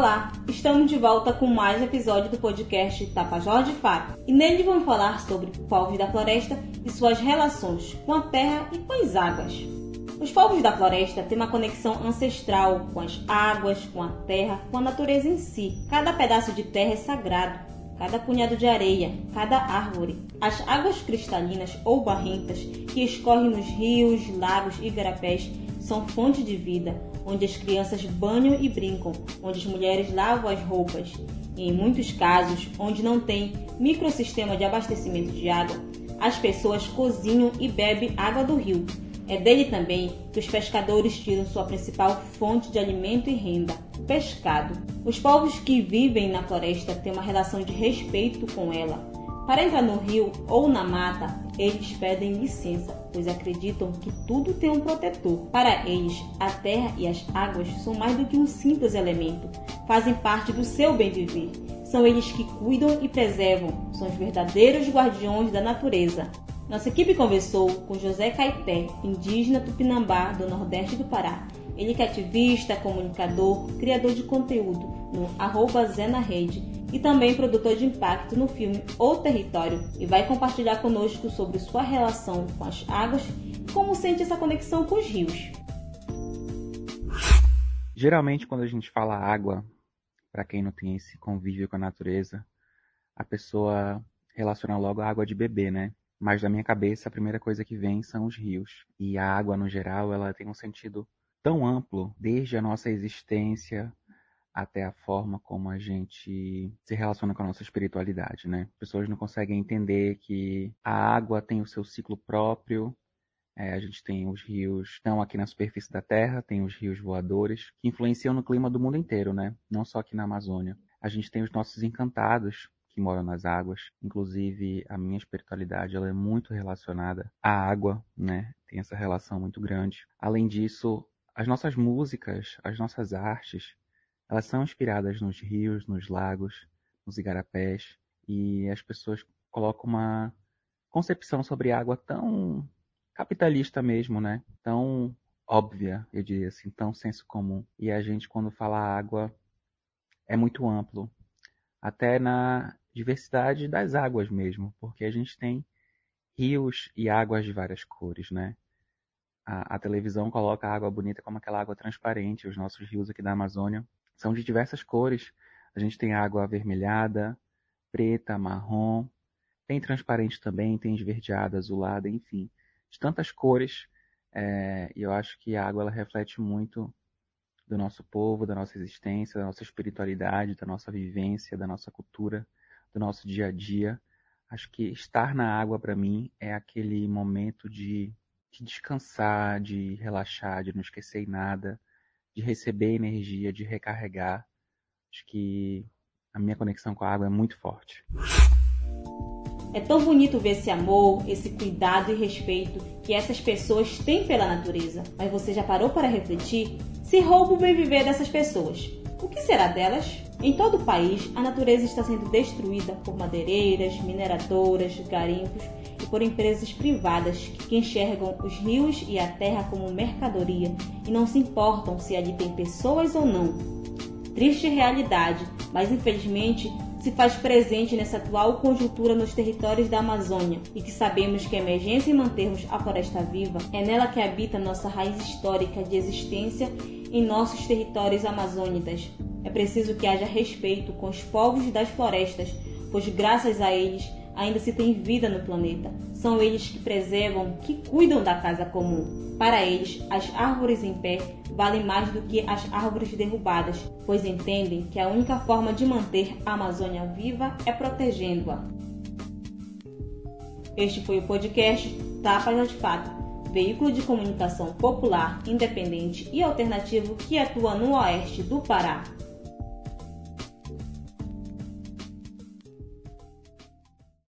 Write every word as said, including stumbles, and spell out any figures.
Olá, estamos de volta com mais um episódio do podcast Tapajós de Fato. E nele vamos falar sobre povos da floresta e suas relações com a terra e com as águas. Os povos da floresta têm uma conexão ancestral com as águas, com a terra, com a natureza em si. Cada pedaço de terra é sagrado, cada punhado de areia, cada árvore. As águas cristalinas ou barrentas que escorrem nos rios, lagos e igarapés são fonte de vida, onde as crianças banham e brincam, onde as mulheres lavam as roupas. E em muitos casos, onde não tem microsistema de abastecimento de água, as pessoas cozinham e bebem água do rio. É dele também que os pescadores tiram sua principal fonte de alimento e renda, o pescado. Os povos que vivem na floresta têm uma relação de respeito com ela. Para entrar no rio ou na mata, eles pedem licença, pois acreditam que tudo tem um protetor. Para eles, a terra e as águas são mais do que um simples elemento, fazem parte do seu bem-viver. São eles que cuidam e preservam, são os verdadeiros guardiões da natureza. Nossa equipe conversou com José Caeté, indígena tupinambá do Nordeste do Pará. Ele que é ativista, comunicador, criador de conteúdo no arroba Zé na Rede e também produtor de impacto no filme O Território, e vai compartilhar conosco sobre sua relação com as águas e como sente essa conexão com os rios. Geralmente, quando a gente fala água, para quem não tem esse convívio com a natureza, a pessoa relaciona logo a água de beber, né? Mas na minha cabeça, a primeira coisa que vem são os rios. E a água, no geral, ela tem um sentido tão amplo, desde a nossa existência até a forma como a gente se relaciona com a nossa espiritualidade, né? As pessoas não conseguem entender que a água tem o seu ciclo próprio. É, a gente tem os rios que estão aqui na superfície da Terra, tem os rios voadores, que influenciam no clima do mundo inteiro, né? Não só aqui na Amazônia. A gente tem os nossos encantados, que moram nas águas. Inclusive, a minha espiritualidade ela é muito relacionada à água, né? Tem essa relação muito grande. Além disso, as nossas músicas, as nossas artes, elas são inspiradas nos rios, nos lagos, nos igarapés, e as pessoas colocam uma concepção sobre água tão capitalista mesmo, né? Tão óbvia, eu diria assim, tão senso comum. E a gente, quando fala água, é muito amplo. Até na diversidade das águas mesmo, porque a gente tem rios e águas de várias cores, né? A, a televisão coloca a água bonita como aquela água transparente. Os nossos rios aqui da Amazônia são de diversas cores. A gente tem água avermelhada, preta, marrom, tem transparente também, tem esverdeada, azulada, enfim, de tantas cores. É, e eu acho que a água ela reflete muito do nosso povo, da nossa existência, da nossa espiritualidade, da nossa vivência, da nossa cultura, do nosso dia a dia. Acho que estar na água, para mim, é aquele momento de, de descansar, de relaxar, de não esquecer em nada, de receber energia, de recarregar. Acho que a minha conexão com a água é muito forte. É tão bonito ver esse amor, esse cuidado e respeito que essas pessoas têm pela natureza. Mas você já parou para refletir? Se rouba o bem-viver dessas pessoas, o que será delas? Em todo o país, a natureza está sendo destruída por madeireiras, mineradoras, garimpos e por empresas privadas que enxergam os rios e a terra como mercadoria e não se importam se ali tem pessoas ou não. Triste realidade, mas infelizmente se faz presente nessa atual conjuntura nos territórios da Amazônia e que sabemos que a emergência em mantermos a floresta viva é nela que habita nossa raiz histórica de existência em nossos territórios amazônicos. É preciso que haja respeito com os povos das florestas, pois graças a eles ainda se tem vida no planeta. São eles que preservam, que cuidam da casa comum. Para eles, as árvores em pé valem mais do que as árvores derrubadas, pois entendem que a única forma de manter a Amazônia viva é protegendo-a. Este foi o podcast Tapajós de Fato, veículo de comunicação popular, independente e alternativo que atua no oeste do Pará.